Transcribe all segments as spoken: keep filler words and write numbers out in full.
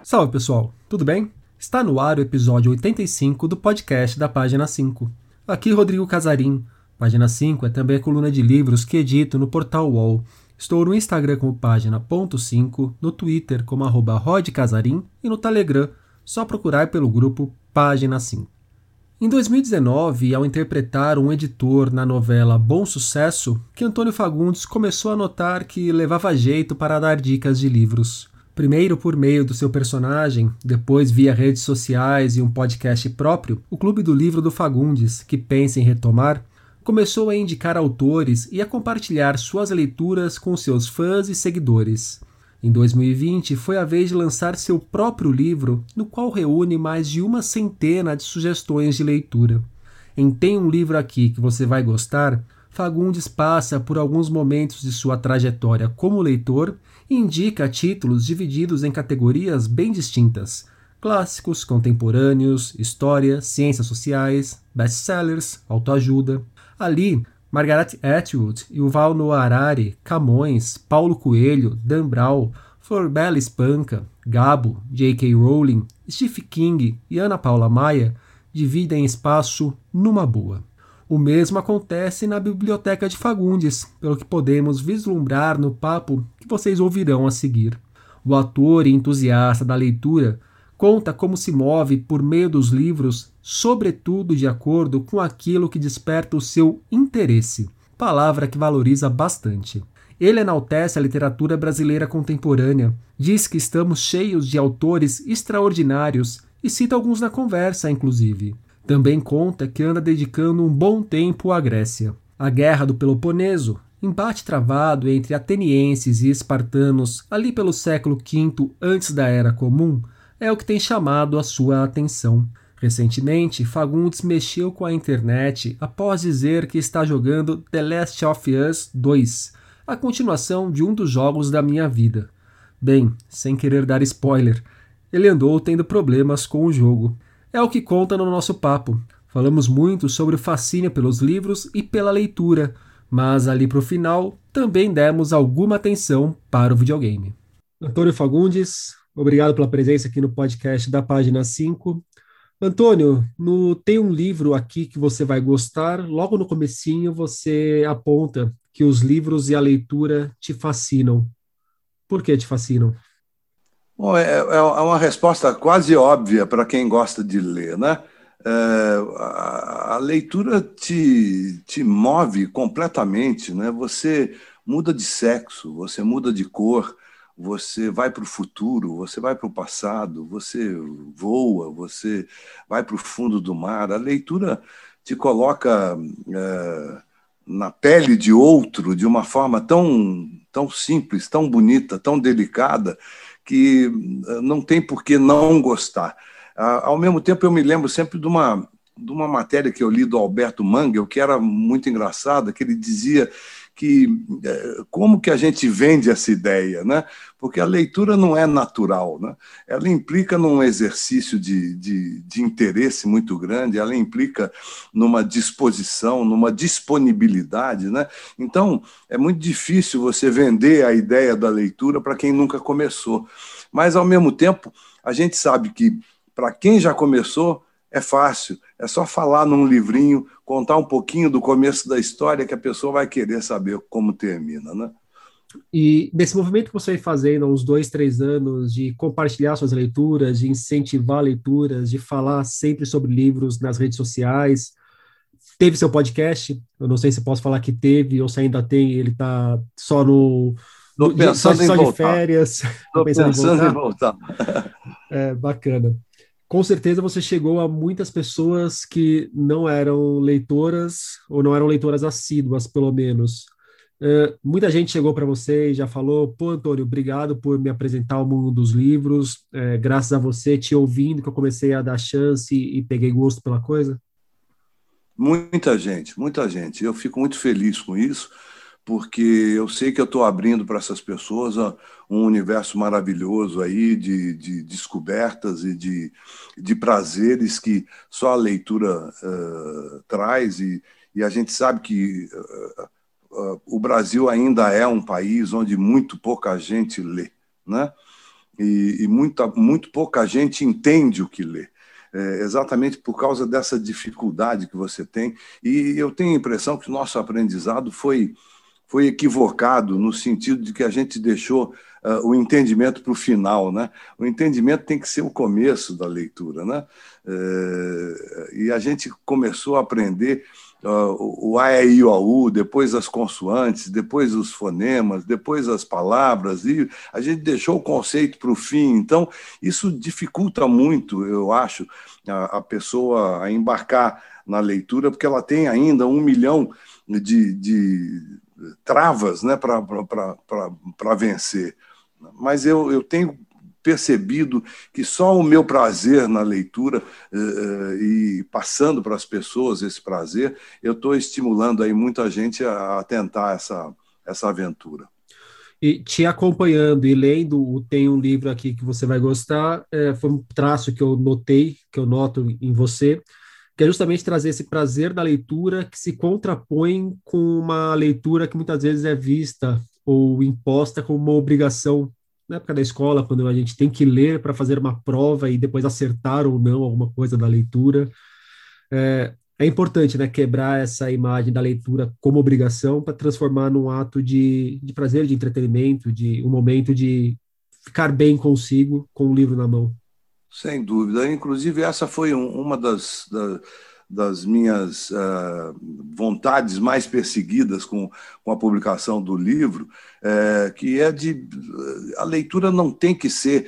Salve pessoal, tudo bem? Está no ar o episódio oitenta e cinco do podcast da Página cinco. Aqui Rodrigo Casarim. Página cinco é também a coluna de livros que edito no portal U O L. Estou no Instagram como página.cinco, no Twitter como arroba rodcasarim e no Telegram, só procurar pelo grupo Página cinco. Em dois mil e dezenove, ao interpretar um editor na novela Bom Sucesso, que Antônio Fagundes começou a notar que levava jeito para dar dicas de livros. Primeiro por meio do seu personagem, depois via redes sociais e um podcast próprio, o Clube do Livro do Fagundes, que pensa em retomar, começou a indicar autores e a compartilhar suas leituras com seus fãs e seguidores. Em dois mil e vinte, foi a vez de lançar seu próprio livro, no qual reúne mais de uma centena de sugestões de leitura. Em Tem um Livro Aqui que Você Vai Gostar, Fagundes passa por alguns momentos de sua trajetória como leitor e indica títulos divididos em categorias bem distintas: clássicos, contemporâneos, história, ciências sociais, best-sellers, autoajuda. Ali, Margaret Atwood, Yuval Noah Harari, Camões, Paulo Coelho, Dan Brown, Florbela Espanca, Gabo, J K. Rowling, Stephen King e Ana Paula Maia dividem espaço numa boa. O mesmo acontece na Biblioteca de Fagundes, pelo que podemos vislumbrar no papo que vocês ouvirão a seguir. O ator e entusiasta da leitura conta como se move por meio dos livros, sobretudo de acordo com aquilo que desperta o seu interesse, palavra que valoriza bastante. Ele enaltece a literatura brasileira contemporânea, diz que estamos cheios de autores extraordinários e cita alguns na conversa, inclusive. Também conta que anda dedicando um bom tempo à Grécia. A Guerra do Peloponeso, embate travado entre atenienses e espartanos ali pelo século quinto antes da Era Comum, é o que tem chamado a sua atenção. Recentemente, Fagundes mexeu com a internet após dizer que está jogando The Last of Us dois, a continuação de um dos jogos da minha vida. Bem, sem querer dar spoiler, ele andou tendo problemas com o jogo. É o que conta no nosso papo. Falamos muito sobre o fascínio pelos livros e pela leitura, mas ali para o final também demos alguma atenção para o videogame. Antônio Fagundes, obrigado pela presença aqui no podcast da Página cinco. Antônio, no, tem um livro aqui que você vai gostar. Logo no comecinho você aponta que os livros e a leitura te fascinam. Por que te fascinam? Bom, é, é uma resposta quase óbvia para quem gosta de ler, né? É, a, a leitura te, te move completamente, né? Você muda de sexo, você muda de cor, você vai para o futuro, você vai para o passado, você voa, você vai para o fundo do mar. A leitura te coloca é, na pele de outro de uma forma tão, tão simples, tão bonita, tão delicada, que não tem por que não gostar. Ao mesmo tempo, eu me lembro sempre de uma, de uma matéria que eu li do Alberto Mangel, que era muito engraçada, que ele dizia que como que a gente vende essa ideia, né? Porque a leitura não é natural, né? Ela implica num exercício de, de, de interesse muito grande, ela implica numa disposição, numa disponibilidade, né? Então, é muito difícil você vender a ideia da leitura para quem nunca começou. Mas, ao mesmo tempo, a gente sabe que, para quem já começou, é fácil, é só falar num livrinho, contar um pouquinho do começo da história que a pessoa vai querer saber como termina, né? E desse movimento que você vem fazendo há uns dois, três anos, de compartilhar suas leituras, de incentivar leituras, de falar sempre sobre livros nas redes sociais, teve seu podcast, eu não sei se posso falar que teve ou se ainda tem, ele está só no, Estou no de- só, pensando em só de voltar. férias, tá Estou pensando em pensando em voltar? voltar. É, bacana. Com certeza você chegou a muitas pessoas que não eram leitoras, ou não eram leitoras assíduas, pelo menos. É, muita gente chegou para você e já falou: pô, Antônio, obrigado por me apresentar o mundo dos livros. É, graças a você, te ouvindo, que eu comecei a dar chance e, e peguei gosto pela coisa. Muita gente, muita gente. Eu fico muito feliz com isso, porque eu sei que eu estou abrindo para essas pessoas ó, um universo maravilhoso aí de, de descobertas e de, de prazeres que só a leitura uh, traz, e, e a gente sabe que uh, uh, o Brasil ainda é um país onde muito pouca gente lê, né? e, e muita, muito pouca gente entende o que lê. É, exatamente por causa dessa dificuldade que você tem. E eu tenho a impressão que o nosso aprendizado foi, foi equivocado, no sentido de que a gente deixou uh, o entendimento para o final, né? O entendimento tem que ser o começo da leitura, né? É, e a gente começou a aprender uh, o A, E, I, O, U, depois as consoantes, depois os fonemas, depois as palavras, e a gente deixou o conceito para o fim. Então, isso dificulta muito, eu acho, a, a pessoa a embarcar na leitura, porque ela tem ainda um milhão de, de travas, né, para vencer. Mas eu, eu tenho percebido que só o meu prazer na leitura eh, e passando para as pessoas esse prazer, eu estou estimulando aí muita gente a, a tentar essa, essa aventura. E te acompanhando e lendo, tem um livro aqui que você vai gostar, é, foi um traço que eu notei, que eu noto em você, que é justamente trazer esse prazer da leitura que se contrapõe com uma leitura que muitas vezes é vista ou imposta como uma obrigação na época da escola, quando a gente tem que ler para fazer uma prova e depois acertar ou não alguma coisa da leitura. É, é importante, né, quebrar essa imagem da leitura como obrigação para transformar num ato de, de prazer, de entretenimento, de um momento de ficar bem consigo com o livro na mão. Sem dúvida. Inclusive, essa foi um, uma das, da, das minhas uh, vontades mais perseguidas com, com a publicação do livro, é, que é de... A leitura não tem que ser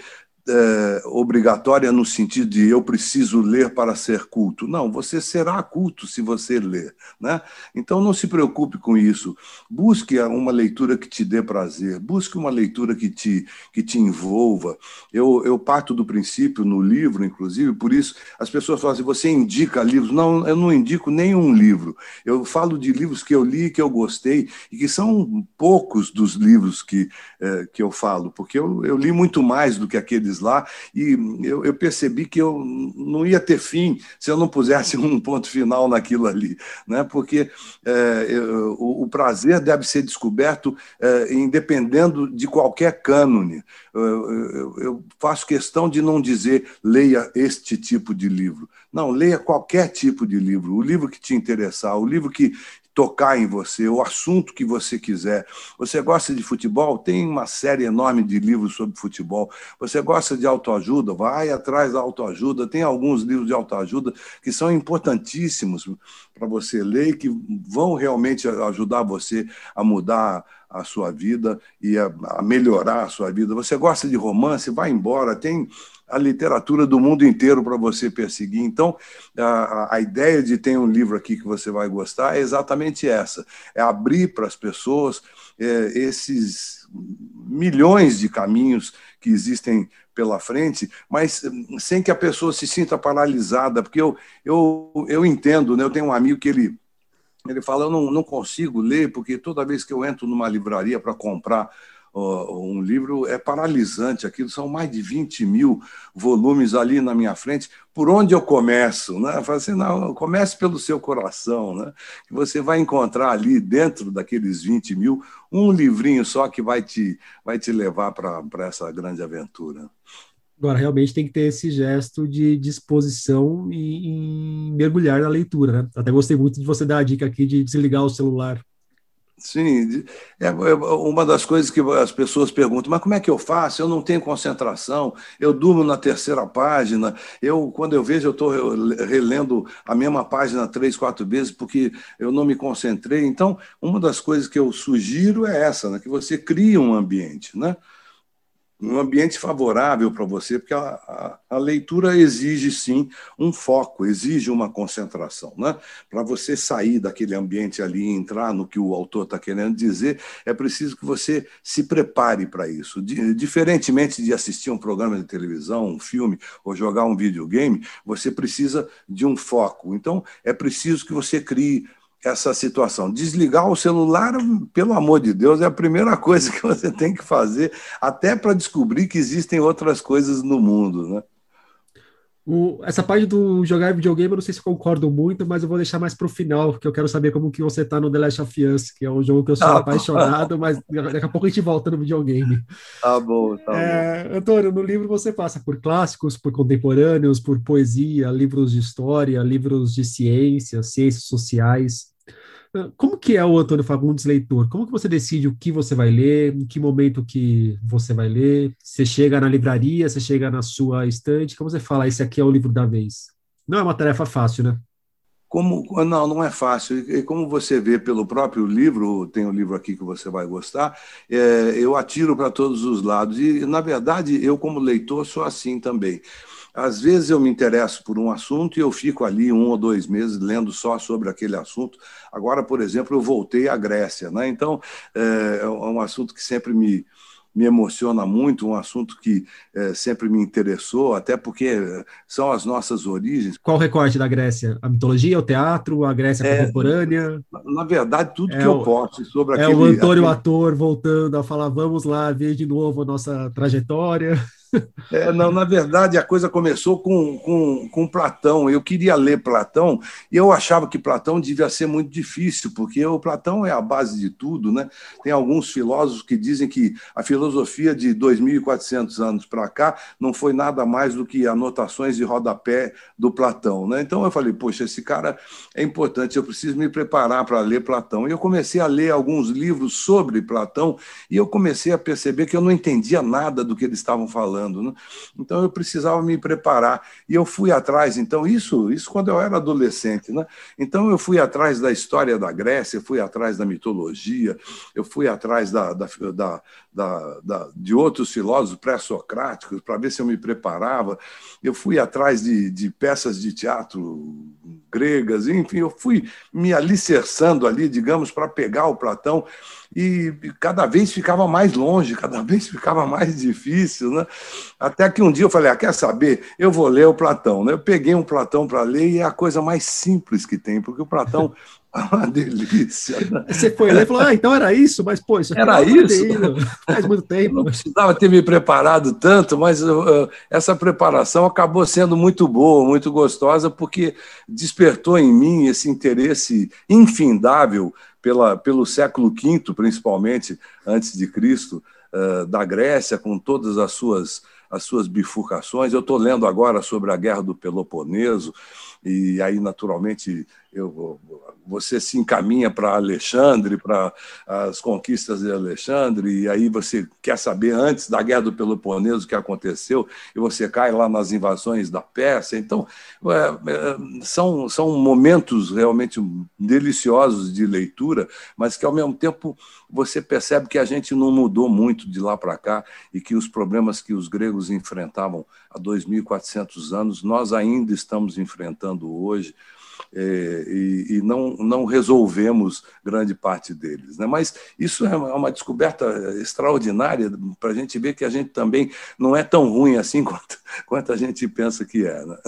é, obrigatória no sentido de eu preciso ler para ser culto. Não, você será culto se você ler, né? Então não se preocupe com isso. Busque uma leitura que te dê prazer, busque uma leitura que te, que te envolva. Eu, eu parto do princípio no livro, inclusive, por isso as pessoas falam assim, você indica livros? Não, eu não indico nenhum livro. Eu falo de livros que eu li, que eu gostei, e que são poucos dos livros que, é, que eu falo, porque eu, eu li muito mais do que aqueles lá, e eu, eu percebi que eu não ia ter fim se eu não pusesse um ponto final naquilo ali, né? Porque é, eu, o, o prazer deve ser descoberto é, independendo de qualquer cânone. Eu, eu, eu faço questão de não dizer leia este tipo de livro. Não, leia qualquer tipo de livro, o livro que te interessar, o livro que tocar em você, o assunto que você quiser. Você gosta de futebol? Tem uma série enorme de livros sobre futebol. Você gosta de autoajuda? Vai atrás da autoajuda. Tem alguns livros de autoajuda que são importantíssimos para você ler e que vão realmente ajudar você a mudar a sua vida e a, a melhorar a sua vida. Você gosta de romance? Vai embora. Tem a literatura do mundo inteiro para você perseguir. Então, a, a ideia de ter um livro aqui que você vai gostar é exatamente essa, é abrir para as pessoas é, esses milhões de caminhos que existem pela frente, mas sem que a pessoa se sinta paralisada, porque eu, eu, eu entendo, né? Eu tenho um amigo que ele, ele fala, eu não, não consigo ler, porque toda vez que eu entro numa livraria para comprar um livro é paralisante, aquilo são mais de vinte mil volumes ali na minha frente, por onde eu começo? Né? Eu falo assim, não, comece pelo seu coração, né? Que você vai encontrar ali dentro daqueles vinte mil um livrinho só que vai te, vai te levar para essa grande aventura. Agora, realmente tem que ter esse gesto de disposição e, em mergulhar na leitura, né? Até gostei muito de você dar a dica aqui de desligar o celular. Sim, é uma das coisas que as pessoas perguntam, mas como é que eu faço? Eu não tenho concentração, eu durmo na terceira página, eu, quando eu vejo, eu estou relendo a mesma página três, quatro vezes porque eu não me concentrei. Então, uma das coisas que eu sugiro é essa, né? Que você crie um ambiente, né? Um ambiente favorável para você, porque a, a, a leitura exige, sim, um foco, exige uma concentração. Né? Para você sair daquele ambiente ali e entrar no que o autor está querendo dizer, é preciso que você se prepare para isso. Diferentemente de assistir um programa de televisão, um filme ou jogar um videogame, você precisa de um foco. Então, é preciso que você crie essa situação. Desligar o celular, pelo amor de Deus, é a primeira coisa que você tem que fazer, até para descobrir que existem outras coisas no mundo, né? O, essa parte do jogar videogame, eu não sei se eu concordo muito, mas eu vou deixar mais para o final, porque eu quero saber como que você tá no The Last of Us, que é um jogo que eu sou Tá bom, apaixonado, mas daqui a pouco a gente volta no videogame. tá bom, tá bom. É, Antônio, no livro você passa por clássicos, por contemporâneos, por poesia, livros de história, livros de ciência, ciências sociais. Ah, Como que é o Antônio Fagundes leitor? Como que você decide o que você vai ler, em que momento que você vai ler? Você chega na livraria, você chega na sua estante, como você fala, esse aqui é o livro da vez? Não é uma tarefa fácil, né? Como, não, não é fácil. E como você vê pelo próprio livro, tem um livro aqui que você vai gostar, é, eu atiro para todos os lados. E, na verdade, eu, como leitor, sou assim também. Às vezes eu me interesso por um assunto e eu fico ali um ou dois meses lendo só sobre aquele assunto. Agora, por exemplo, eu voltei à Grécia, né? Então, é, é um assunto que sempre me, me emociona muito, um assunto que é, sempre me interessou, até porque são as nossas origens. Qual o recorte da Grécia? A mitologia, o teatro, a Grécia É, contemporânea? na verdade, tudo que É eu o, posso sobre é o aquele, Antônio aquele ator voltando a falar, vamos lá ver de novo a nossa trajetória. É, não, na verdade, a coisa começou com, com, com Platão. Eu queria ler Platão e eu achava que Platão devia ser muito difícil, porque o Platão é a base de tudo, né? Tem alguns filósofos que dizem que a filosofia de dois mil e quatrocentos anos para cá não foi nada mais do que anotações de rodapé do Platão, né? Então eu falei, poxa, esse cara é importante, eu preciso me preparar para ler Platão. E eu comecei a ler alguns livros sobre Platão e eu comecei a perceber que eu não entendia nada do que eles estavam falando, né? Então eu precisava me preparar e eu fui atrás. Então isso, isso quando eu era adolescente, né? Então eu fui atrás da história da Grécia, fui atrás da mitologia, eu fui atrás da, da, da, da, da de outros filósofos pré-socráticos para ver se eu me preparava. Eu fui atrás de, de peças de teatro gregas, enfim, eu fui me alicerçando ali, digamos, para pegar o Platão e cada vez ficava mais longe, cada vez ficava mais difícil, né? Até que um dia eu falei, ah, quer saber? Eu vou ler o Platão, né? Eu peguei um Platão para ler e é a coisa mais simples que tem, porque o Platão é uma delícia, né? Você foi ler e falou, ah, então era isso, mas pô, isso aqui Era era pra eu isso? ter ido faz muito Eu tempo. não precisava ter me preparado tanto, mas uh, essa preparação acabou sendo muito boa, muito gostosa, porque despertou em mim esse interesse infindável pela, pelo século quinto, principalmente antes de Cristo, uh, da Grécia, com todas as suas, as suas bifurcações. Eu estou lendo agora sobre a Guerra do Peloponeso, e aí, naturalmente, eu, você se encaminha para Alexandre, para as conquistas de Alexandre, e aí você quer saber antes da Guerra do Peloponeso o que aconteceu, e você cai lá nas invasões da Pérsia. Então, é, é, são, são momentos realmente deliciosos de leitura, mas que, ao mesmo tempo, você percebe que a gente não mudou muito de lá para cá e que os problemas que os gregos enfrentavam há dois mil e quatrocentos anos, nós ainda estamos enfrentando hoje. É, e, e não, não resolvemos grande parte deles, né? Mas isso é uma descoberta extraordinária para a gente ver que a gente também não é tão ruim assim quanto, quanto a gente pensa que é, né?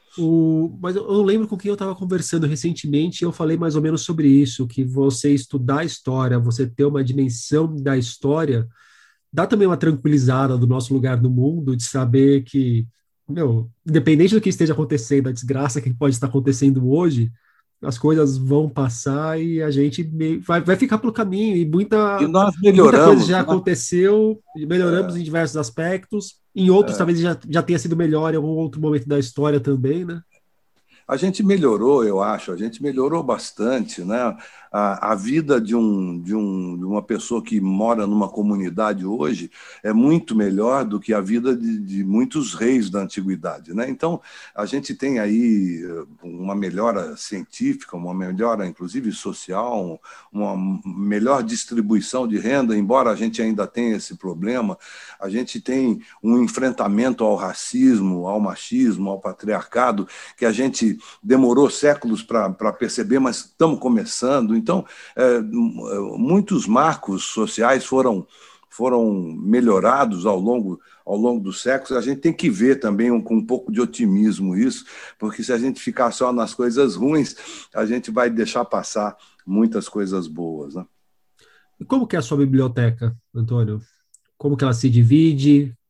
O, mas eu, eu lembro com quem eu estava conversando recentemente e eu falei mais ou menos sobre isso, que você estudar a história, você ter uma dimensão da história, dá também uma tranquilizada do nosso lugar no mundo, de saber que, meu, independente do que esteja acontecendo, a desgraça que pode estar acontecendo hoje, as coisas vão passar e a gente meio- vai, vai ficar pelo caminho e E muita, nós muita coisa melhoramos, já né? aconteceu, melhoramos em diversos aspectos, em outros É, talvez já, já tenha sido melhor em algum outro momento da história também, né? a gente melhorou, eu acho, a gente melhorou bastante, né? A, a vida de, um, de, um, de uma pessoa que mora numa comunidade hoje é muito melhor do que a vida de, de muitos reis da antiguidade, né? Então, a gente tem aí uma melhora científica, uma melhora, inclusive, social, uma melhor distribuição de renda, embora a gente ainda tenha esse problema, a gente tem um enfrentamento ao racismo, ao machismo, ao patriarcado, que a gente demorou séculos para perceber, mas estamos começando. Então, é, muitos marcos sociais foram, foram melhorados ao longo, ao longo dos séculos. A gente tem que ver também um, com um pouco de otimismo isso, porque se a gente ficar só nas coisas ruins, a gente vai deixar passar muitas coisas boas, né? E como que é a sua biblioteca, Antônio? Como que ela se divide?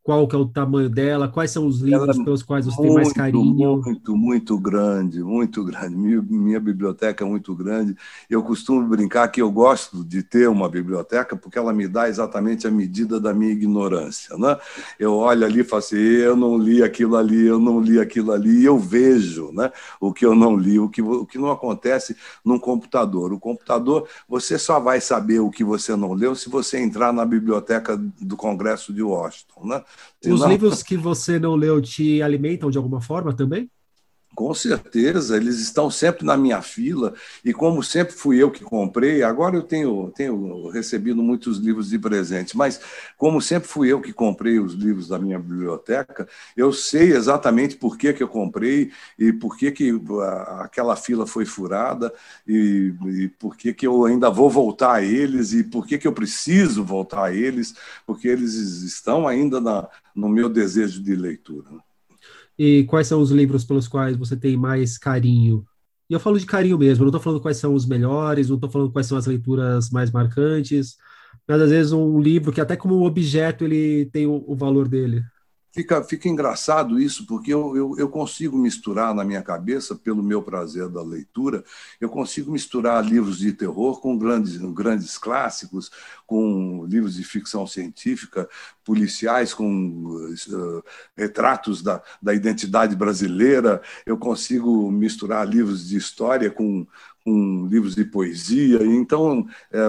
qual que é o tamanho dela, quais são os Ela é livros pelos quais você tem mais muito, carinho. muito, muito grande, muito grande. Minha, minha biblioteca é muito grande. Eu costumo brincar que eu gosto de ter uma biblioteca porque ela me dá exatamente a medida da minha ignorância, né? Eu olho ali e falo assim, eu não li aquilo ali, eu não li aquilo ali, e eu vejo, né, o que eu não li, o que, o que não acontece num computador. O computador, você só vai saber o que você não leu se você entrar na biblioteca do Congresso de Washington, né? Os Senão, livros que você não leu te alimentam de alguma forma também? com certeza, eles estão sempre na minha fila, e como sempre fui eu que comprei, agora eu tenho, tenho recebido muitos livros de presente, mas como sempre fui eu que comprei os livros da minha biblioteca, eu sei exatamente por que, que eu comprei e por que, que a- aquela fila foi furada e, e por que, que eu ainda vou voltar a eles e por que, que eu preciso voltar a eles, porque eles estão ainda na, no meu desejo de leitura. E quais são os livros pelos quais você tem mais carinho? E eu falo de carinho mesmo, eu não estou falando quais são os melhores, não estou falando quais são as leituras mais marcantes, mas às vezes um livro que até como objeto ele tem o, o valor dele. Fica, fica engraçado isso, porque eu, eu, eu consigo misturar na minha cabeça, pelo meu prazer da leitura, eu consigo misturar livros de terror com grandes, grandes clássicos, com livros de ficção científica, policiais, com uh, retratos da, da identidade brasileira, eu consigo misturar livros de história com, com livros de poesia. Então, é,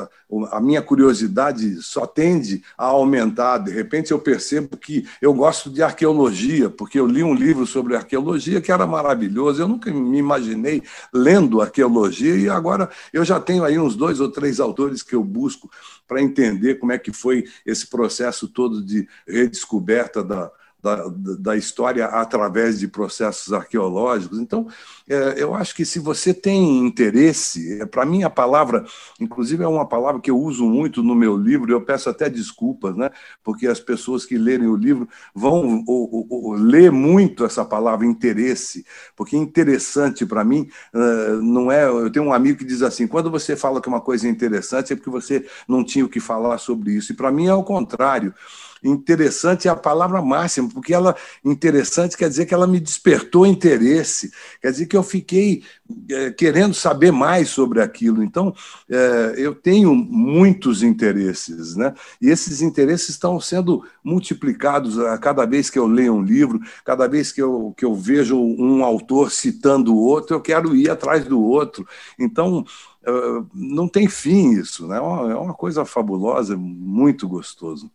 a minha curiosidade só tende a aumentar. De repente, eu percebo que eu gosto de arqueologia, porque eu li um livro sobre arqueologia que era maravilhoso. Eu nunca me imaginei lendo arqueologia, e agora eu já tenho aí uns dois ou três autores que eu busco para entender como é que foi esse processo todo de redescoberta da, da, da história através de processos arqueológicos. Então, é, eu acho que se você tem interesse, é, para mim a palavra, inclusive é uma palavra que eu uso muito no meu livro, eu peço até desculpas, né, porque as pessoas que lerem o livro vão ou, ou, ou, ler muito essa palavra interesse, porque interessante para mim uh, não é. Eu tenho um amigo que diz assim: quando você fala que uma coisa é interessante é porque você não tinha o que falar sobre isso, e para mim é o contrário. Interessante é a palavra máxima, porque ela interessante quer dizer que ela me despertou interesse, quer dizer que eu fiquei é, querendo saber mais sobre aquilo. Então, é, eu tenho muitos interesses, né? E esses interesses estão sendo multiplicados a cada vez que eu leio um livro, cada vez que eu, que eu vejo um autor citando o outro, eu quero ir atrás do outro. Então, é, não tem fim isso, né? É uma coisa fabulosa, muito gostoso.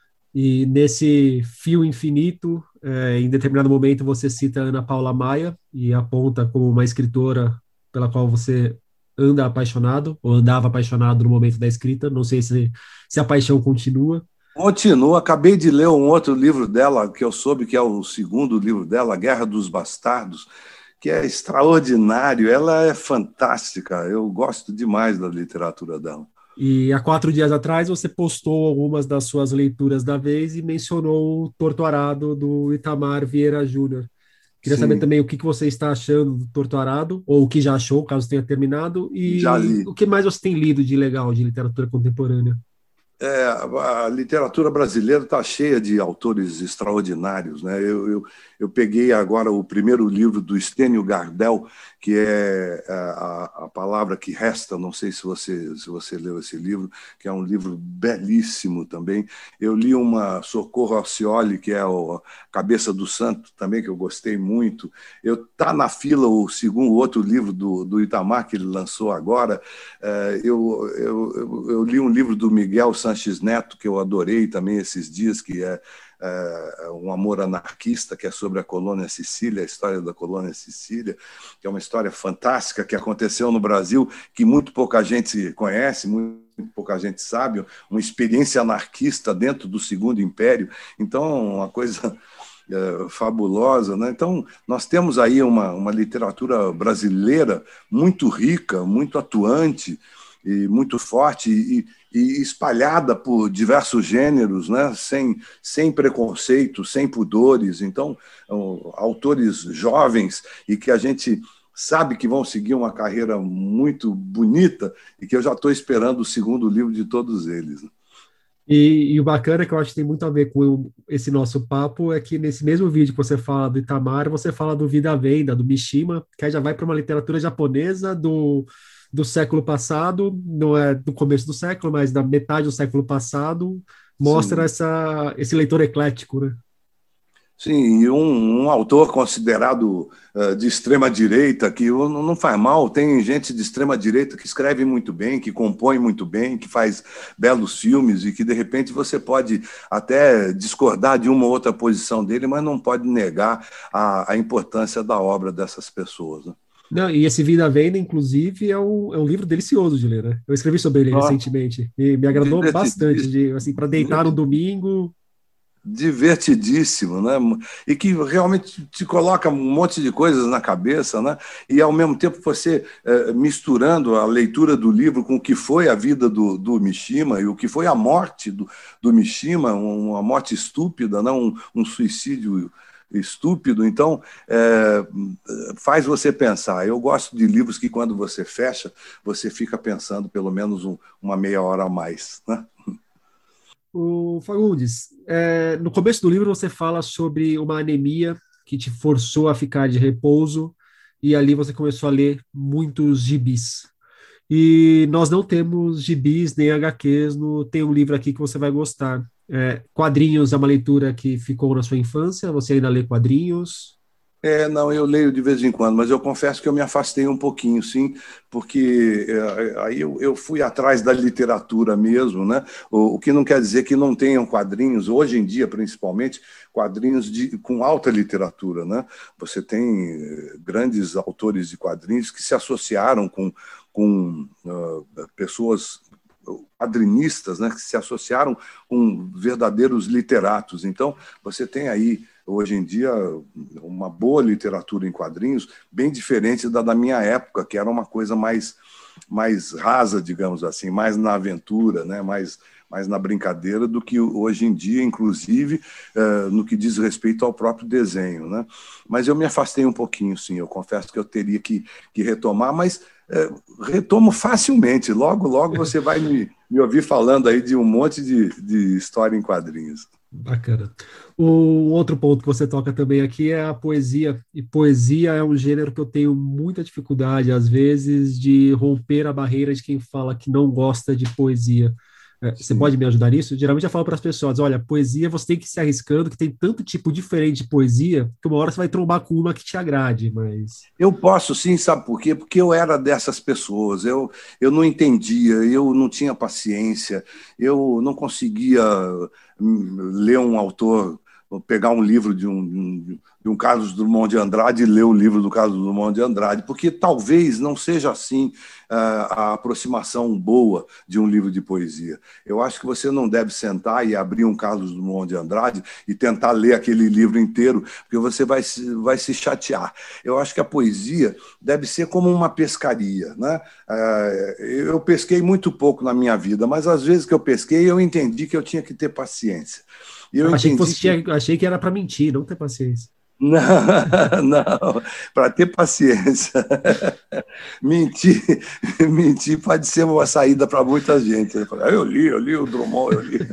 E nesse fio infinito, é, em determinado momento você cita Ana Paula Maia e aponta como uma escritora pela qual você anda apaixonado, ou andava apaixonado no momento da escrita. Não sei se, se a paixão continua. Continua, acabei de ler um outro livro dela, que eu soube que é o segundo livro dela, A Guerra dos Bastardos, que é extraordinário, ela é fantástica, eu gosto demais da literatura dela. E há quatro dias atrás você postou algumas das suas leituras da vez e mencionou o Torto Arado do Itamar Vieira Júnior. Queria saber Sim, também o que que você está achando do Torto Arado, ou o que já achou, caso tenha terminado, já e li. o que mais você tem lido de legal de literatura contemporânea. É, a literatura brasileira está cheia de autores extraordinários, né? Eu, eu, eu peguei agora o primeiro livro do Estênio Gardel, que é a, a palavra que resta. Não sei se você, se você leu esse livro, que é um livro belíssimo também. Eu li uma Socorro Alcioli, que é o Cabeça do Santo, também, que eu gostei muito. Eu tá na fila o segundo, o outro livro do, do Itamar, que ele lançou agora. É, eu, eu, eu, eu li um livro do Miguel Sanches Neto, que eu adorei também esses dias, que é, é Um Amor Anarquista, que é sobre a colônia Sicília, a história da colônia Sicília, que é uma história fantástica que aconteceu no Brasil, que muito pouca gente conhece, muito pouca gente sabe, uma experiência anarquista dentro do Segundo Império. Então, uma coisa é, fabulosa, né? Então, nós temos aí uma, uma literatura brasileira muito rica, muito atuante e muito forte, e, e espalhada por diversos gêneros, né? sem, sem preconceito, sem pudores. Então, autores jovens e que a gente sabe que vão seguir uma carreira muito bonita, e que eu já estou esperando o segundo livro de todos eles. E, e o bacana que eu acho que tem muito a ver com esse nosso papo é que nesse mesmo vídeo que você fala do Itamar, você fala do Vida à Venda, do Mishima, que aí já vai para uma literatura japonesa do, do século passado, não é do começo do século, mas da metade do século passado, mostra Sim. essa, esse leitor eclético, né? Sim, e um, um autor considerado uh, de extrema direita, que não não faz mal, tem gente de extrema direita que escreve muito bem, que compõe muito bem, que faz belos filmes e que de repente você pode até discordar de uma ou outra posição dele, mas não pode negar a, a importância da obra dessas pessoas, né? Não, e esse Vida à Venda, inclusive, é um, é um livro delicioso de ler, né? Eu escrevi sobre ele Nossa, recentemente e me agradou bastante, divertidíssimo. de, assim, para deitar no domingo. Divertidíssimo, né? E que realmente te coloca um monte de coisas na cabeça, né? E ao mesmo tempo você eh, misturando a leitura do livro com o que foi a vida do, do Mishima e o que foi a morte do, do Mishima, uma morte estúpida, né? um, um suicídio estúpido. Então, é, faz você pensar. Eu gosto de livros que, quando você fecha, você fica pensando pelo menos um, uma meia hora a mais, né? O Fagundes, é, no começo do livro você fala sobre uma anemia que te forçou a ficar de repouso e ali você começou a ler muitos gibis. E nós não temos gibis nem H Qs, no, tem um livro aqui que você vai gostar. É, quadrinhos é uma leitura que ficou na sua infância, você ainda lê quadrinhos? É, não, eu leio de vez em quando, mas eu confesso que eu me afastei um pouquinho, sim, porque é, aí eu, eu fui atrás da literatura mesmo, né? O, o que não quer dizer que não tenham quadrinhos, hoje em dia, principalmente, quadrinhos de, com alta literatura, né? Você tem eh, grandes autores de quadrinhos que se associaram com, com uh, pessoas quadrinistas, né, que se associaram com verdadeiros literatos. Então, você tem aí, hoje em dia, uma boa literatura em quadrinhos, bem diferente da da minha época, que era uma coisa mais, mais rasa, digamos assim, mais na aventura, né, mais, mais na brincadeira do que hoje em dia, inclusive, uh, no que diz respeito ao próprio desenho, né? Mas eu me afastei um pouquinho, sim, eu confesso que eu teria que, que retomar, mas é, retomo facilmente. Logo, logo você vai me, me ouvir falando aí de um monte de, de história em quadrinhos. Bacana. O outro ponto que você toca também aqui é a poesia, e poesia é um gênero que eu tenho muita dificuldade, às vezes, de romper a barreira de quem fala que não gosta de poesia. É, você Sim. pode me ajudar nisso? Geralmente eu falo para as pessoas: olha, poesia você tem que ir se arriscando, que tem tanto tipo diferente de poesia, que uma hora você vai trombar com uma que te agrade, mas. Eu posso sim, sabe por quê? Porque eu era dessas pessoas, eu, eu não entendia, eu não tinha paciência, eu não conseguia hum, ler um autor, pegar um livro de um, de um Carlos Drummond de Andrade e ler o livro do Carlos Drummond de Andrade, porque talvez não seja assim a aproximação boa de um livro de poesia. Eu acho que você não deve sentar e abrir um Carlos Drummond de Andrade e tentar ler aquele livro inteiro, porque você vai se, vai se chatear. Eu acho que a poesia deve ser como uma pescaria, né? Eu pesquei muito pouco na minha vida, mas às vezes que eu pesquei, eu entendi que eu tinha que ter paciência. E eu Achei que entendi fosse, que achei que era para mentir, não ter paciência. não, não, para ter paciência. Mentir, mentir pode ser uma saída para muita gente. Eu li, eu li o Drummond, eu li.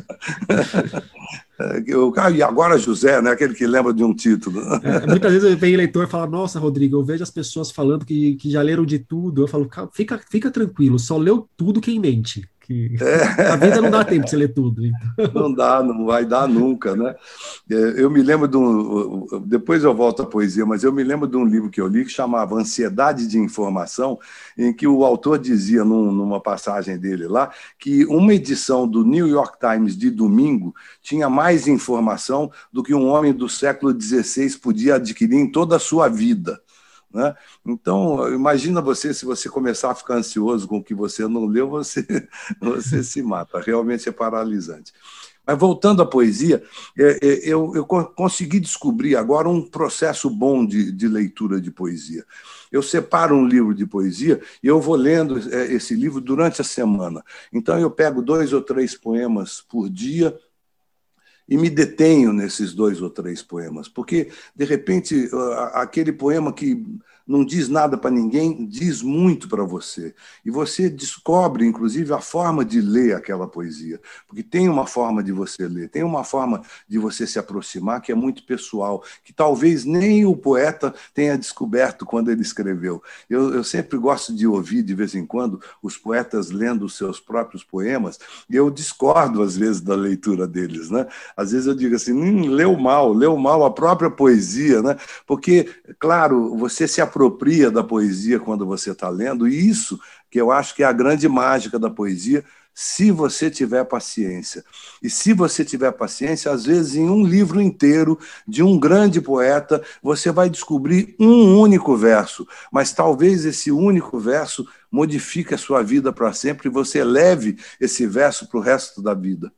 E agora José, né? Aquele que lembra de um título. É, muitas vezes vem leitor e fala: Nossa, Rodrigo, eu vejo as pessoas falando que, que já leram de tudo. Eu falo: fica, fica tranquilo, só leu tudo quem mente. Que a vida não dá tempo de você ler tudo. Então. Não dá, não vai dar nunca, né? Eu me lembro de um. Depois eu volto à poesia, mas eu me lembro de um livro que eu li que chamava Ansiedade de Informação, em que o autor dizia, num, numa passagem dele lá, que uma edição do New York Times de domingo tinha mais informação do que um homem do século dezesseis podia adquirir em toda a sua vida. Né? Então, imagina você, se você começar a ficar ansioso com o que você não leu, você, você se mata. Realmente é paralisante. Mas voltando à poesia, eu, eu consegui descobrir agora um processo bom de, de leitura de poesia. Eu separo um livro de poesia e eu vou lendo esse livro durante a semana. Então, eu pego dois ou três poemas por dia e me detenho nesses dois ou três poemas, porque, de repente, aquele poema que não diz nada para ninguém, diz muito para você. E você descobre, inclusive, a forma de ler aquela poesia, porque tem uma forma de você ler, tem uma forma de você se aproximar que é muito pessoal, que talvez nem o poeta tenha descoberto quando ele escreveu. Eu, eu sempre gosto de ouvir, de vez em quando, os poetas lendo os seus próprios poemas, e eu discordo, às vezes, da leitura deles, né? Às vezes eu digo assim, hum, leu mal, leu mal a própria poesia, né? Porque, claro, você se apropria da poesia quando você está lendo, e isso que eu acho que é a grande mágica da poesia, se você tiver paciência. E se você tiver paciência, às vezes em um livro inteiro de um grande poeta, você vai descobrir um único verso, mas talvez esse único verso modifique a sua vida para sempre e você leve esse verso para o resto da vida.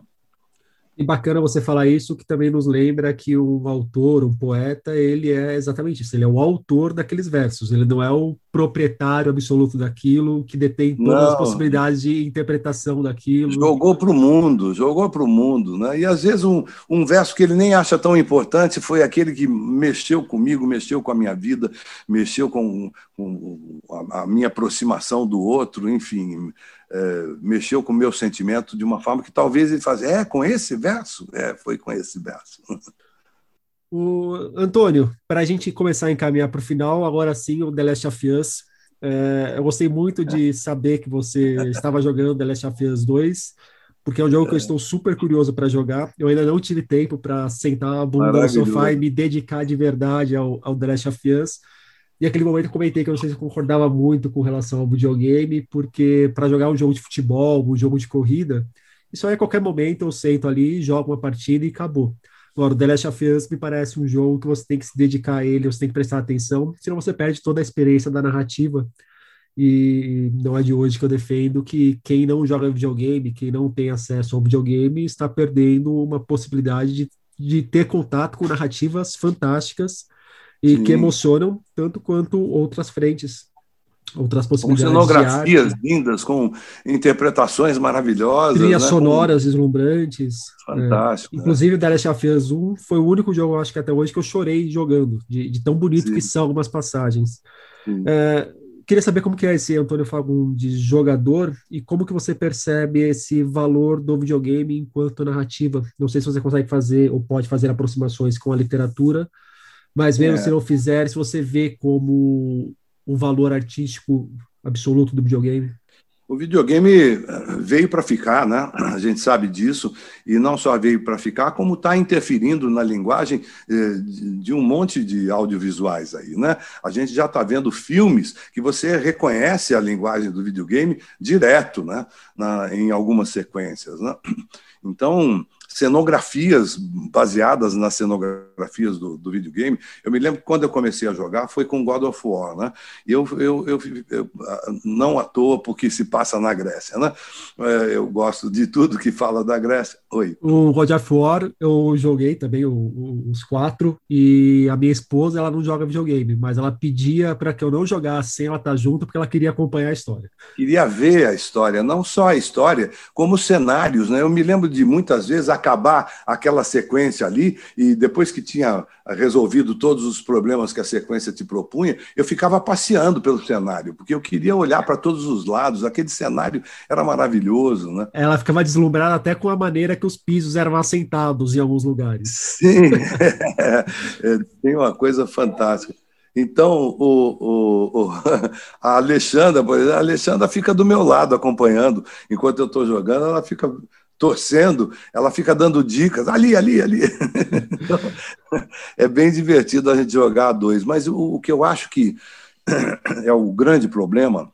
E bacana você falar isso, que também nos lembra que um autor, um poeta, ele é exatamente isso, ele é o autor daqueles versos, ele não é o proprietário absoluto daquilo, que detém todas as Não, possibilidades de interpretação daquilo. jogou para o mundo, jogou para o mundo, né? E às vezes um, um verso que ele nem acha tão importante foi aquele que mexeu comigo, mexeu com a minha vida, mexeu com, com a, a minha aproximação do outro, enfim, é, mexeu com o meu sentimento de uma forma que talvez ele faça, é com esse verso? É, foi com esse verso. O Antônio, para a gente começar a encaminhar para o final, agora sim, o The Last of Us. É, eu gostei muito de saber que você estava jogando The Last of Us dois, porque é um jogo que eu estou super curioso para jogar. Eu ainda não tive tempo para sentar a bunda no sofá e me dedicar de verdade ao, ao The Last of Us. E naquele momento eu comentei que eu não sei se eu concordava muito com relação ao videogame, porque para jogar um jogo de futebol, um jogo de corrida, isso aí a qualquer momento eu sento ali, jogo uma partida e acabou. Agora, o The Last of Us me parece um jogo que você tem que se dedicar a ele, você tem que prestar atenção, senão você perde toda a experiência da narrativa. E não é de hoje que eu defendo que quem não joga videogame, quem não tem acesso ao videogame, está perdendo uma possibilidade de, de ter contato com narrativas fantásticas e que Sim. emocionam tanto quanto outras frentes, outras Com possibilidades de cenografias arte. lindas, com interpretações maravilhosas, Trilhas né? Com... sonoras deslumbrantes. É. Fantástico, né? Inclusive, o The Last of Us um foi o único jogo, eu acho que até hoje, que eu chorei jogando, de, de tão bonito que Sim, são algumas passagens. sim. É, queria saber como que é esse Antônio Fagundes de jogador e como que você percebe esse valor do videogame enquanto narrativa. Não sei se você consegue fazer ou pode fazer aproximações com a literatura, mas mesmo se É. não fizer, se você vê como um valor artístico absoluto do videogame. O videogame veio para ficar, né? A gente sabe disso, e não só veio para ficar, como está interferindo na linguagem de um monte de audiovisuais aí, né? A gente já está vendo filmes que você reconhece a linguagem do videogame direto, né? Na, em algumas sequências, né? Então, cenografias baseadas nas cenografias do, do videogame. Eu me lembro que quando eu comecei a jogar foi com God of War, né? E eu, eu, eu, eu não à toa, porque se passa na Grécia, né? Eu gosto de tudo que fala da Grécia. Oi. O God of War eu joguei também o, o, os quatro e a minha esposa ela não joga videogame, mas ela pedia para que eu não jogasse sem ela estar junto porque ela queria acompanhar a história. Queria ver a história, não só a história, como os cenários, né? Eu me lembro de muitas vezes acabar aquela sequência ali e depois que tinha resolvido todos os problemas que a sequência te propunha, eu ficava passeando pelo cenário, porque eu queria olhar para todos os lados, aquele cenário era maravilhoso, né? Ela ficava deslumbrada até com a maneira que os pisos eram assentados em alguns lugares. Sim, é, é, tem uma coisa fantástica. Então, o, o, o, a Alexandra, por exemplo, a Alexandra fica do meu lado acompanhando. Enquanto eu estou jogando, ela fica torcendo, ela fica dando dicas, ali, ali, ali. Então, é bem divertido a gente jogar a dois. Mas o, o que eu acho que é o grande problema,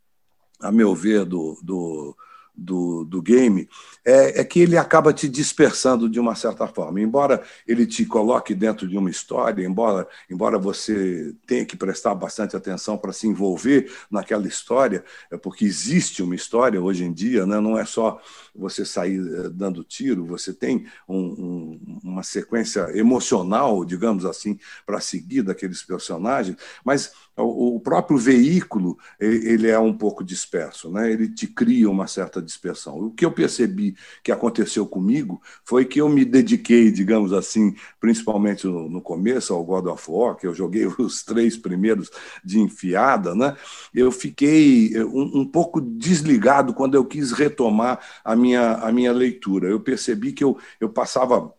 a meu ver, do, do, do, do game, é, é que ele acaba te dispersando de uma certa forma. Embora ele te coloque dentro de uma história, embora, embora você tenha que prestar bastante atenção para se envolver naquela história, é porque existe uma história hoje em dia, né? Não é só você sair dando tiro, você tem um, um, uma sequência emocional, digamos assim, para seguir daqueles personagens, mas o próprio veículo ele é um pouco disperso, né? Ele te cria uma certa dispersão. O que eu percebi que aconteceu comigo foi que eu me dediquei, digamos assim, principalmente no, no começo, ao God of War, que eu joguei os três primeiros de enfiada, né? Eu fiquei um, um pouco desligado quando eu quis retomar a minha, a minha leitura. Eu percebi que eu, eu passava uh,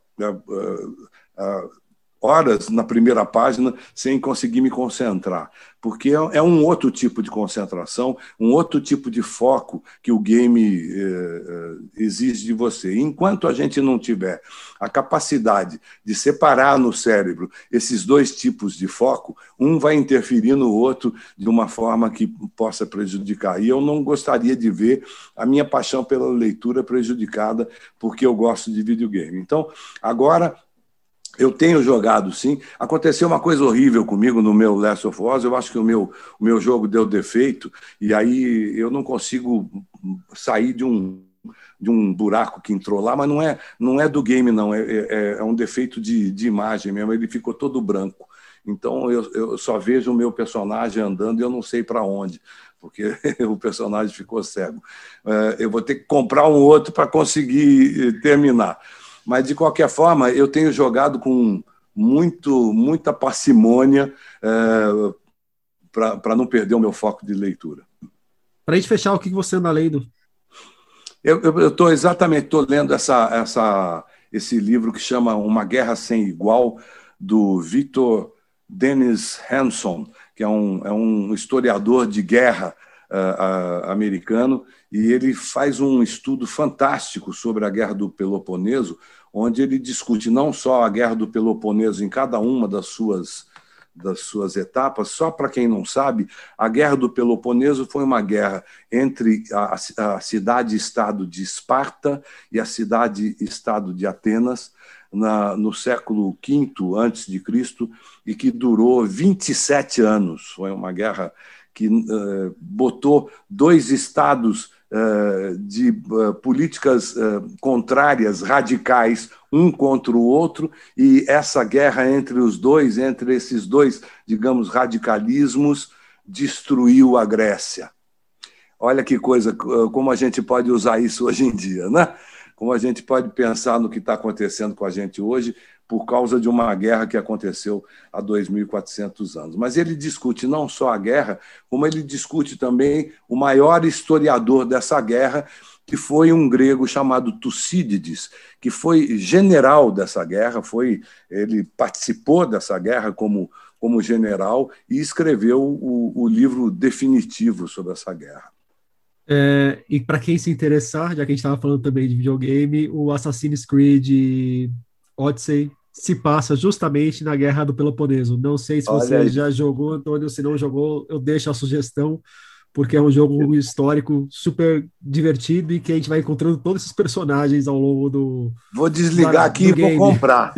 uh, horas na primeira página sem conseguir me concentrar, porque é um outro tipo de concentração, um outro tipo de foco que o game eh, exige de você. Enquanto a gente não tiver a capacidade de separar no cérebro esses dois tipos de foco, um vai interferir no outro de uma forma que possa prejudicar. E eu não gostaria de ver a minha paixão pela leitura prejudicada porque eu gosto de videogame. Então, agora eu tenho jogado, sim. Aconteceu uma coisa horrível comigo no meu Last of Us. Eu acho que o meu, o meu jogo deu defeito e aí eu não consigo sair de um, de um buraco que entrou lá, mas não é, não é do game, não. É, é, é um defeito de, de imagem mesmo. Ele ficou todo branco. Então eu, eu só vejo o meu personagem andando e eu não sei para onde, porque o personagem ficou cego. Eu vou ter que comprar um outro para conseguir terminar. Mas, de qualquer forma, eu tenho jogado com muito, muita parcimônia é, para não perder o meu foco de leitura. Para a gente fechar, o que você anda lendo? Eu estou exatamente tô lendo essa, essa, esse livro que chama Uma Guerra Sem Igual, do Victor Dennis Hanson, que é um, é um historiador de guerra uh, uh, americano, e ele faz um estudo fantástico sobre a Guerra do Peloponeso, onde ele discute não só a Guerra do Peloponeso em cada uma das suas, das suas etapas. Só para quem não sabe, a Guerra do Peloponeso foi uma guerra entre a, a cidade-estado de Esparta e a cidade-estado de Atenas, na, no século quinto antes de Cristo, e que durou vinte e sete anos. Foi uma guerra que uh, botou dois estados de políticas contrárias, radicais, um contra o outro, e essa guerra entre os dois, entre esses dois, digamos, radicalismos, destruiu a Grécia. Olha que coisa, como a gente pode usar isso hoje em dia, né? Como a gente pode pensar no que está acontecendo com a gente hoje por causa de uma guerra que aconteceu há dois mil e quatrocentos anos. Mas ele discute não só a guerra, como ele discute também o maior historiador dessa guerra, que foi um grego chamado Tucídides, que foi general dessa guerra, foi, ele participou dessa guerra como, como general e escreveu o, o livro definitivo sobre essa guerra. É, e para quem se interessar, já que a gente estava falando também de videogame, o Assassin's Creed Odyssey se passa justamente na Guerra do Peloponeso. Não sei se Olha você aí. já jogou, Antônio, se não jogou, eu deixo a sugestão, porque é um jogo histórico super divertido e que a gente vai encontrando todos esses personagens ao longo do Vou desligar da, aqui e vou comprar.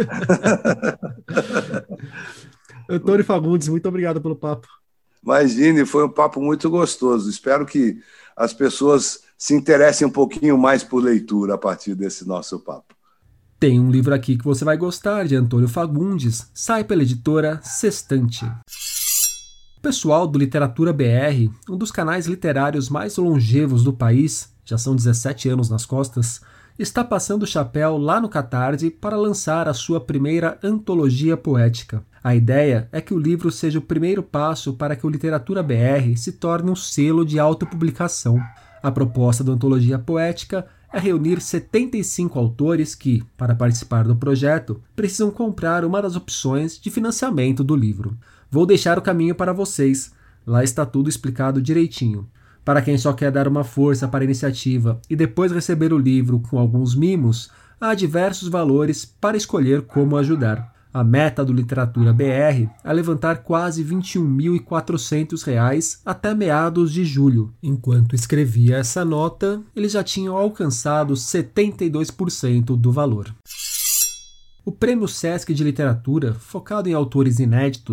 Antônio Fagundes, muito obrigado pelo papo. Imagine, foi um papo muito gostoso. Espero que as pessoas se interessem um pouquinho mais por leitura a partir desse nosso papo. Tem um livro aqui que você vai gostar, de Antônio Fagundes, sai pela editora Sextante. O pessoal do Literatura B R, um dos canais literários mais longevos do país, já são dezessete anos nas costas, está passando o chapéu lá no Catarse para lançar a sua primeira antologia poética. A ideia é que o livro seja o primeiro passo para que o Literatura B R se torne um selo de autopublicação. A proposta da antologia poética é reunir setenta e cinco autores que, para participar do projeto, precisam comprar uma das opções de financiamento do livro. Vou deixar o caminho para vocês, lá está tudo explicado direitinho. Para quem só quer dar uma força para a iniciativa e depois receber o livro com alguns mimos, há diversos valores para escolher como ajudar. A meta do Literatura B R é levantar quase vinte e um mil e quatrocentos reais até meados de julho. Enquanto escrevia essa nota, eles já tinham alcançado setenta e dois por cento do valor. O Prêmio Sesc de Literatura, focado em autores inéditos,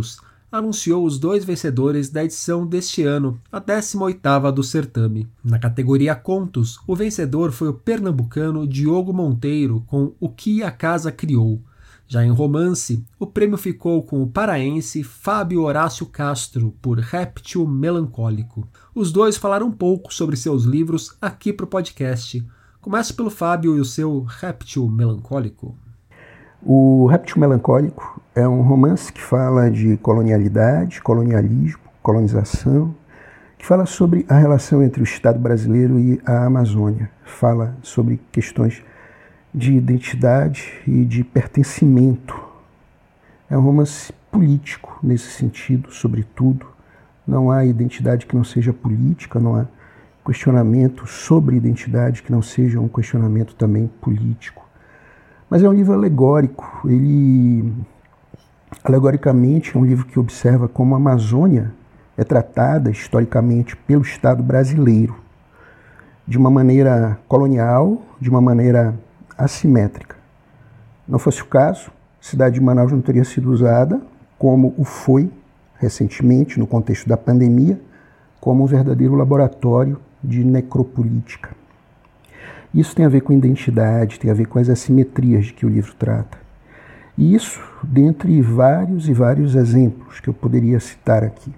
anunciou os dois vencedores da edição deste ano, a décima oitava do certame. Na categoria Contos, o vencedor foi o pernambucano Diogo Monteiro com O que a Casa Criou. Já em romance, o prêmio ficou com o paraense Fábio Horácio Castro, por Réptil Melancólico. Os dois falaram um pouco sobre seus livros aqui para o podcast. Começo pelo Fábio e o seu Réptil Melancólico. O Réptil Melancólico é um romance que fala de colonialidade, colonialismo, colonização, que fala sobre a relação entre o Estado brasileiro e a Amazônia. Fala sobre questões de identidade e de pertencimento. É um romance político nesse sentido, sobretudo. Não há identidade que não seja política, não há questionamento sobre identidade que não seja um questionamento também político. Mas é um livro alegórico. Ele, alegoricamente, é um livro que observa como a Amazônia é tratada historicamente pelo Estado brasileiro, de uma maneira colonial, de uma maneira assimétrica. Não fosse o caso, a cidade de Manaus não teria sido usada, como o foi recentemente, no contexto da pandemia, como um verdadeiro laboratório de necropolítica. Isso tem a ver com identidade, tem a ver com as assimetrias de que o livro trata. E isso dentre vários e vários exemplos que eu poderia citar aqui.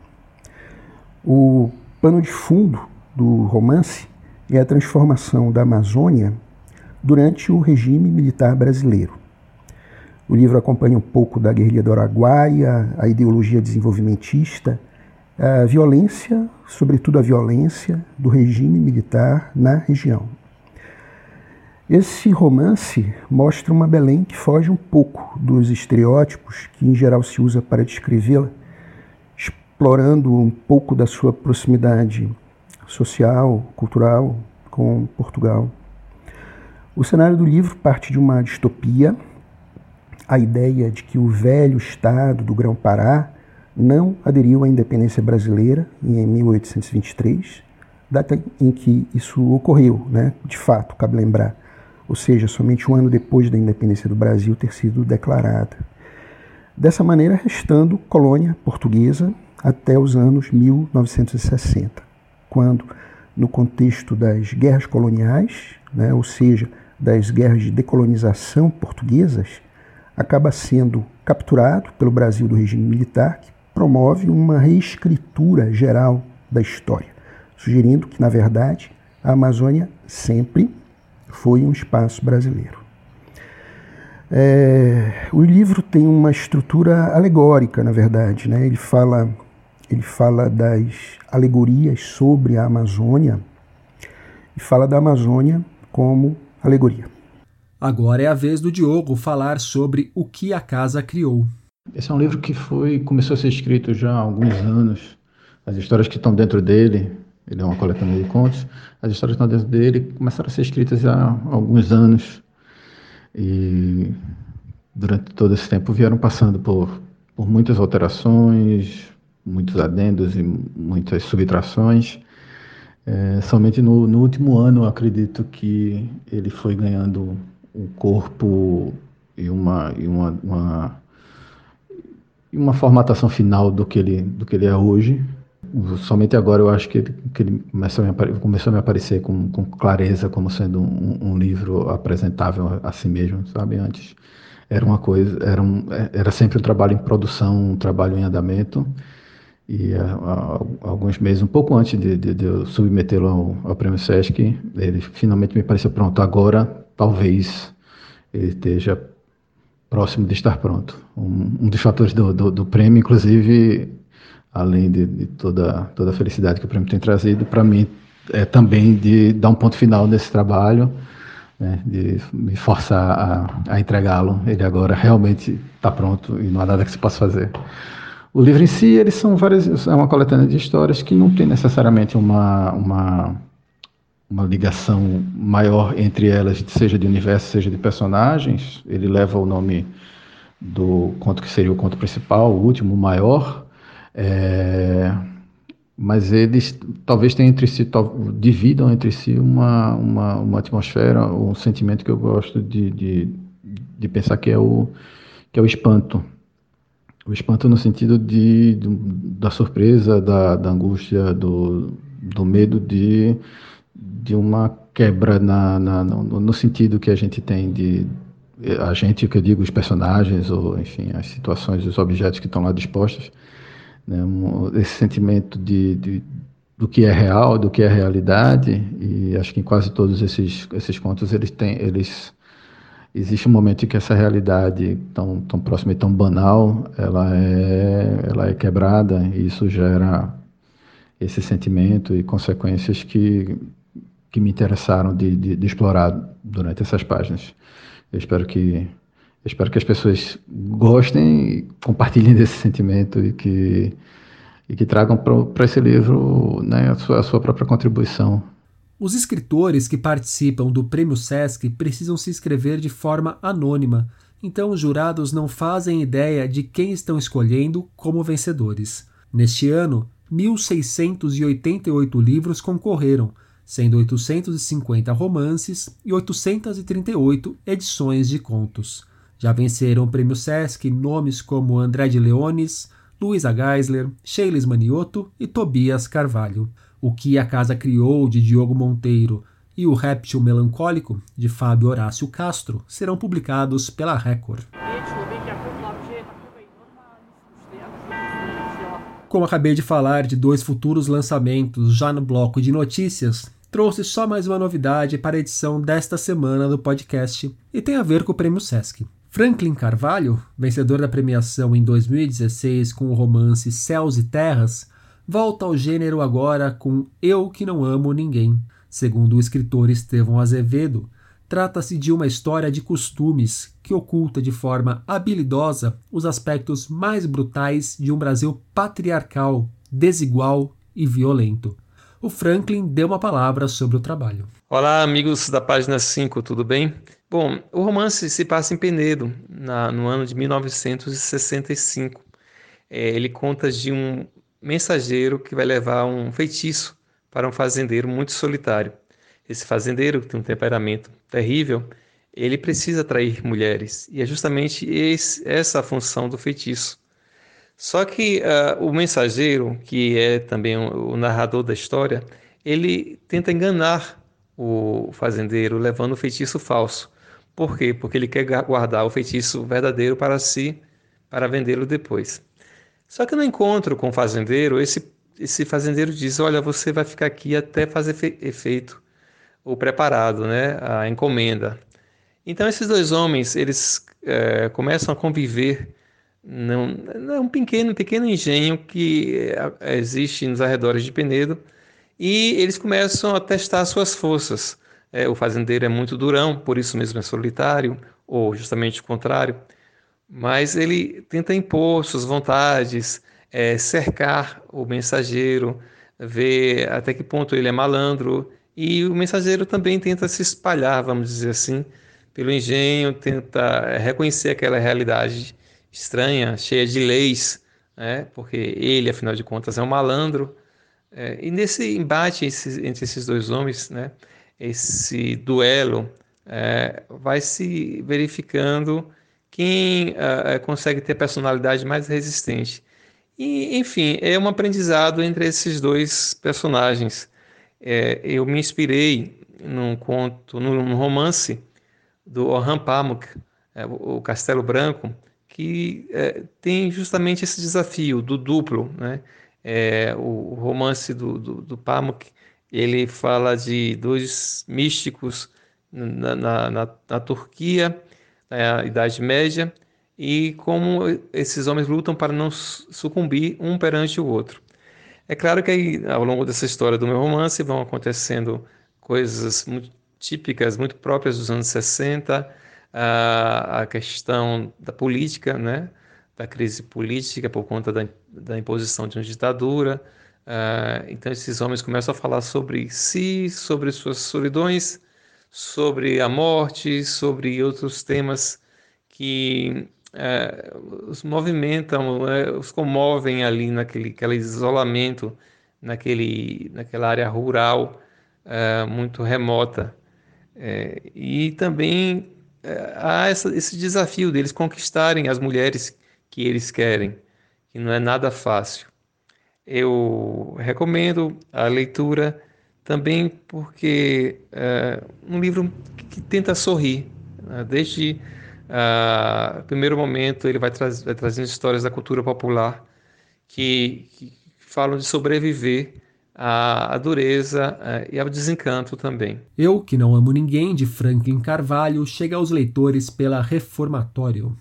O pano de fundo do romance é a transformação da Amazônia durante o regime militar brasileiro. O livro acompanha um pouco da guerrilha do Araguaia, a ideologia desenvolvimentista, a violência, sobretudo a violência do regime militar na região. Esse romance mostra uma Belém que foge um pouco dos estereótipos que em geral se usa para descrevê-la, explorando um pouco da sua proximidade social, cultural com Portugal. O cenário do livro parte de uma distopia, a ideia de que o velho estado do Grão-Pará não aderiu à independência brasileira em mil oitocentos e vinte e três, data em que isso ocorreu, né? De fato, cabe lembrar, ou seja, somente um ano depois da independência do Brasil ter sido declarada. Dessa maneira, restando colônia portuguesa até os anos mil novecentos e sessenta, quando, no contexto das guerras coloniais, né, ou seja, das guerras de decolonização portuguesas, acaba sendo capturado pelo Brasil do regime militar, que promove uma reescritura geral da história, sugerindo que, na verdade, a Amazônia sempre foi um espaço brasileiro. É, o livro tem uma estrutura alegórica, na verdade, né? Ele fala, ele fala das alegorias sobre a Amazônia e fala da Amazônia como alegoria. Agora é a vez do Diogo falar sobre O que a Casa Criou. Esse é um livro que foi, começou a ser escrito já há alguns anos. As histórias que estão dentro dele, ele é uma coletânea de contos, as histórias que estão dentro dele começaram a ser escritas já há alguns anos. E durante todo esse tempo vieram passando por, por muitas alterações, muitos adendos e muitas subtrações. É, somente no, no último ano, eu acredito que ele foi ganhando um corpo e uma, e uma, uma, e uma formatação final do que ele, do que ele é hoje. Somente agora eu acho que ele, que ele começou, a me, começou a me aparecer com, com clareza como sendo um, um livro apresentável a si mesmo, sabe? Antes era uma coisa, era, um, era sempre um trabalho em produção, um trabalho em andamento. E há, há alguns meses, um pouco antes de, de, de eu submetê-lo ao, ao Prêmio Sesc, ele finalmente me pareceu pronto. Agora, talvez ele esteja próximo de estar pronto. Um, um dos fatores do, do, do prêmio, inclusive, além de, de toda, toda a felicidade que o prêmio tem trazido, para mim é também de dar um ponto final nesse trabalho, né, de me forçar a, a entregá-lo. Ele agora realmente está pronto e não há nada que se possa fazer. O livro em si, eles são várias, é uma coletânea de histórias que não tem necessariamente uma, uma, uma ligação maior entre elas, seja de universo, seja de personagens. Ele leva o nome do conto que seria o conto principal, o último, o maior, é, mas eles talvez tenham entre si, dividam entre si uma, uma, uma atmosfera, um sentimento que eu gosto de, de, de pensar que é o, que é o espanto. O espanto no sentido de, de- da surpresa, da, da angústia, do, do medo de, de uma quebra na, na- no, no sentido que a gente tem de a gente, o que eu digo, os personagens ou enfim as situações, os objetos que estão lá dispostos, né? Um- esse sentimento de, de do que é real, do que é realidade, e acho que em quase todos esses esses contos eles têm eles existe um momento em que essa realidade tão, tão próxima e tão banal, ela é, ela é quebrada e isso gera esse sentimento e consequências que, que me interessaram de, de, de explorar durante essas páginas. Eu espero que, eu espero que as pessoas gostem e compartilhem desse sentimento e que, e que tragam para esse livro, né, a, sua, a sua própria contribuição. Os escritores que participam do Prêmio Sesc precisam se inscrever de forma anônima, então os jurados não fazem ideia de quem estão escolhendo como vencedores. Neste ano, mil seiscentos e oitenta e oito livros concorreram, sendo oitocentos e cinquenta romances e oitocentos e trinta e oito edições de contos. Já venceram o Prêmio Sesc nomes como André de Leones, Luísa Geisler, Sheilis Manioto e Tobias Carvalho. O que a Casa Criou, de Diogo Monteiro, e O Réptil Melancólico, de Fábio Horácio Castro, serão publicados pela Record. Como acabei de falar de dois futuros lançamentos já no bloco de notícias, trouxe só mais uma novidade para a edição desta semana do podcast e tem a ver com o Prêmio Sesc. Franklin Carvalho, vencedor da premiação em dois mil e dezesseis com o romance Céus e Terras, volta ao gênero agora com Eu Que Não Amo Ninguém. Segundo o escritor Estevão Azevedo, trata-se de uma história de costumes que oculta de forma habilidosa os aspectos mais brutais de um Brasil patriarcal, desigual e violento. O Franklin deu uma palavra sobre o trabalho. Olá, amigos da página cinco, tudo bem? Bom, o romance se passa em Penedo, na, no ano de mil novecentos e sessenta e cinco. É, ele conta de um mensageiro que vai levar um feitiço para um fazendeiro muito solitário. Esse fazendeiro, que tem um temperamento terrível, ele precisa atrair mulheres, e é justamente esse, essa a função do feitiço. Só que uh, o mensageiro, que é também o, o narrador da história, ele tenta enganar o fazendeiro levando o feitiço falso. Por quê? Porque ele quer guardar o feitiço verdadeiro para si, para vendê-lo depois. Só que no encontro com o fazendeiro, esse, esse fazendeiro diz, olha, você vai ficar aqui até fazer efeito o preparado, né, a encomenda. Então esses dois homens, eles é, começam a conviver num, num pequeno, pequeno engenho que é, existe nos arredores de Penedo, e eles começam a testar suas forças. É, o fazendeiro é muito durão, por isso mesmo é solitário, ou justamente o contrário, mas ele tenta impor suas vontades, é, cercar o mensageiro, ver até que ponto ele é malandro, e o mensageiro também tenta se espalhar, vamos dizer assim, pelo engenho, tenta reconhecer aquela realidade estranha, cheia de leis, né? Porque ele, afinal de contas, é um malandro. É, e nesse embate esse, entre esses dois homens, né, esse duelo, é, vai se verificando quem uh, consegue ter personalidade mais resistente. E, enfim, é um aprendizado entre esses dois personagens. É, eu me inspirei num conto, num romance do Orhan Pamuk, é, o Castelo Branco, que é, tem justamente esse desafio do duplo, né? É, o romance do, do, do Pamuk, ele fala de dois místicos na, na, na, na Turquia, na Idade Média, e como esses homens lutam para não sucumbir um perante o outro. É claro que aí, ao longo dessa história do meu romance vão acontecendo coisas muito típicas, muito próprias dos anos sessenta, a, a questão da política, né? Da crise política por conta da, da imposição de uma ditadura. Uh, então esses homens começam a falar sobre si, sobre suas solidões, sobre a morte, sobre outros temas que é, os movimentam, é, os comovem ali naquele aquele isolamento, naquele, naquela área rural é, muito remota. É, e também é, há essa, esse desafio deles conquistarem as mulheres que eles querem, que não é nada fácil. Eu recomendo a leitura também porque é um livro que tenta sorrir. Desde uh, o primeiro momento ele vai, tra- vai trazendo histórias da cultura popular que, que falam de sobreviver à, à dureza uh, e ao desencanto também. Eu, que não amo ninguém, de Franklin Carvalho, chega aos leitores pela Reformatório.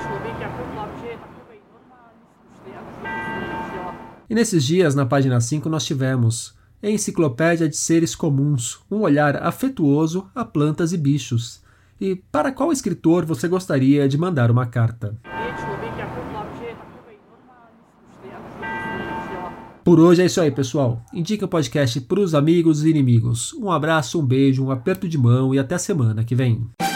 E nesses dias, na página cinco, nós tivemos Enciclopédia de Seres Comuns, um olhar afetuoso a plantas e bichos. E para qual escritor você gostaria de mandar uma carta? Por hoje é isso aí, pessoal. Indique o podcast para os amigos e inimigos. Um abraço, um beijo, um aperto de mão e até a semana que vem.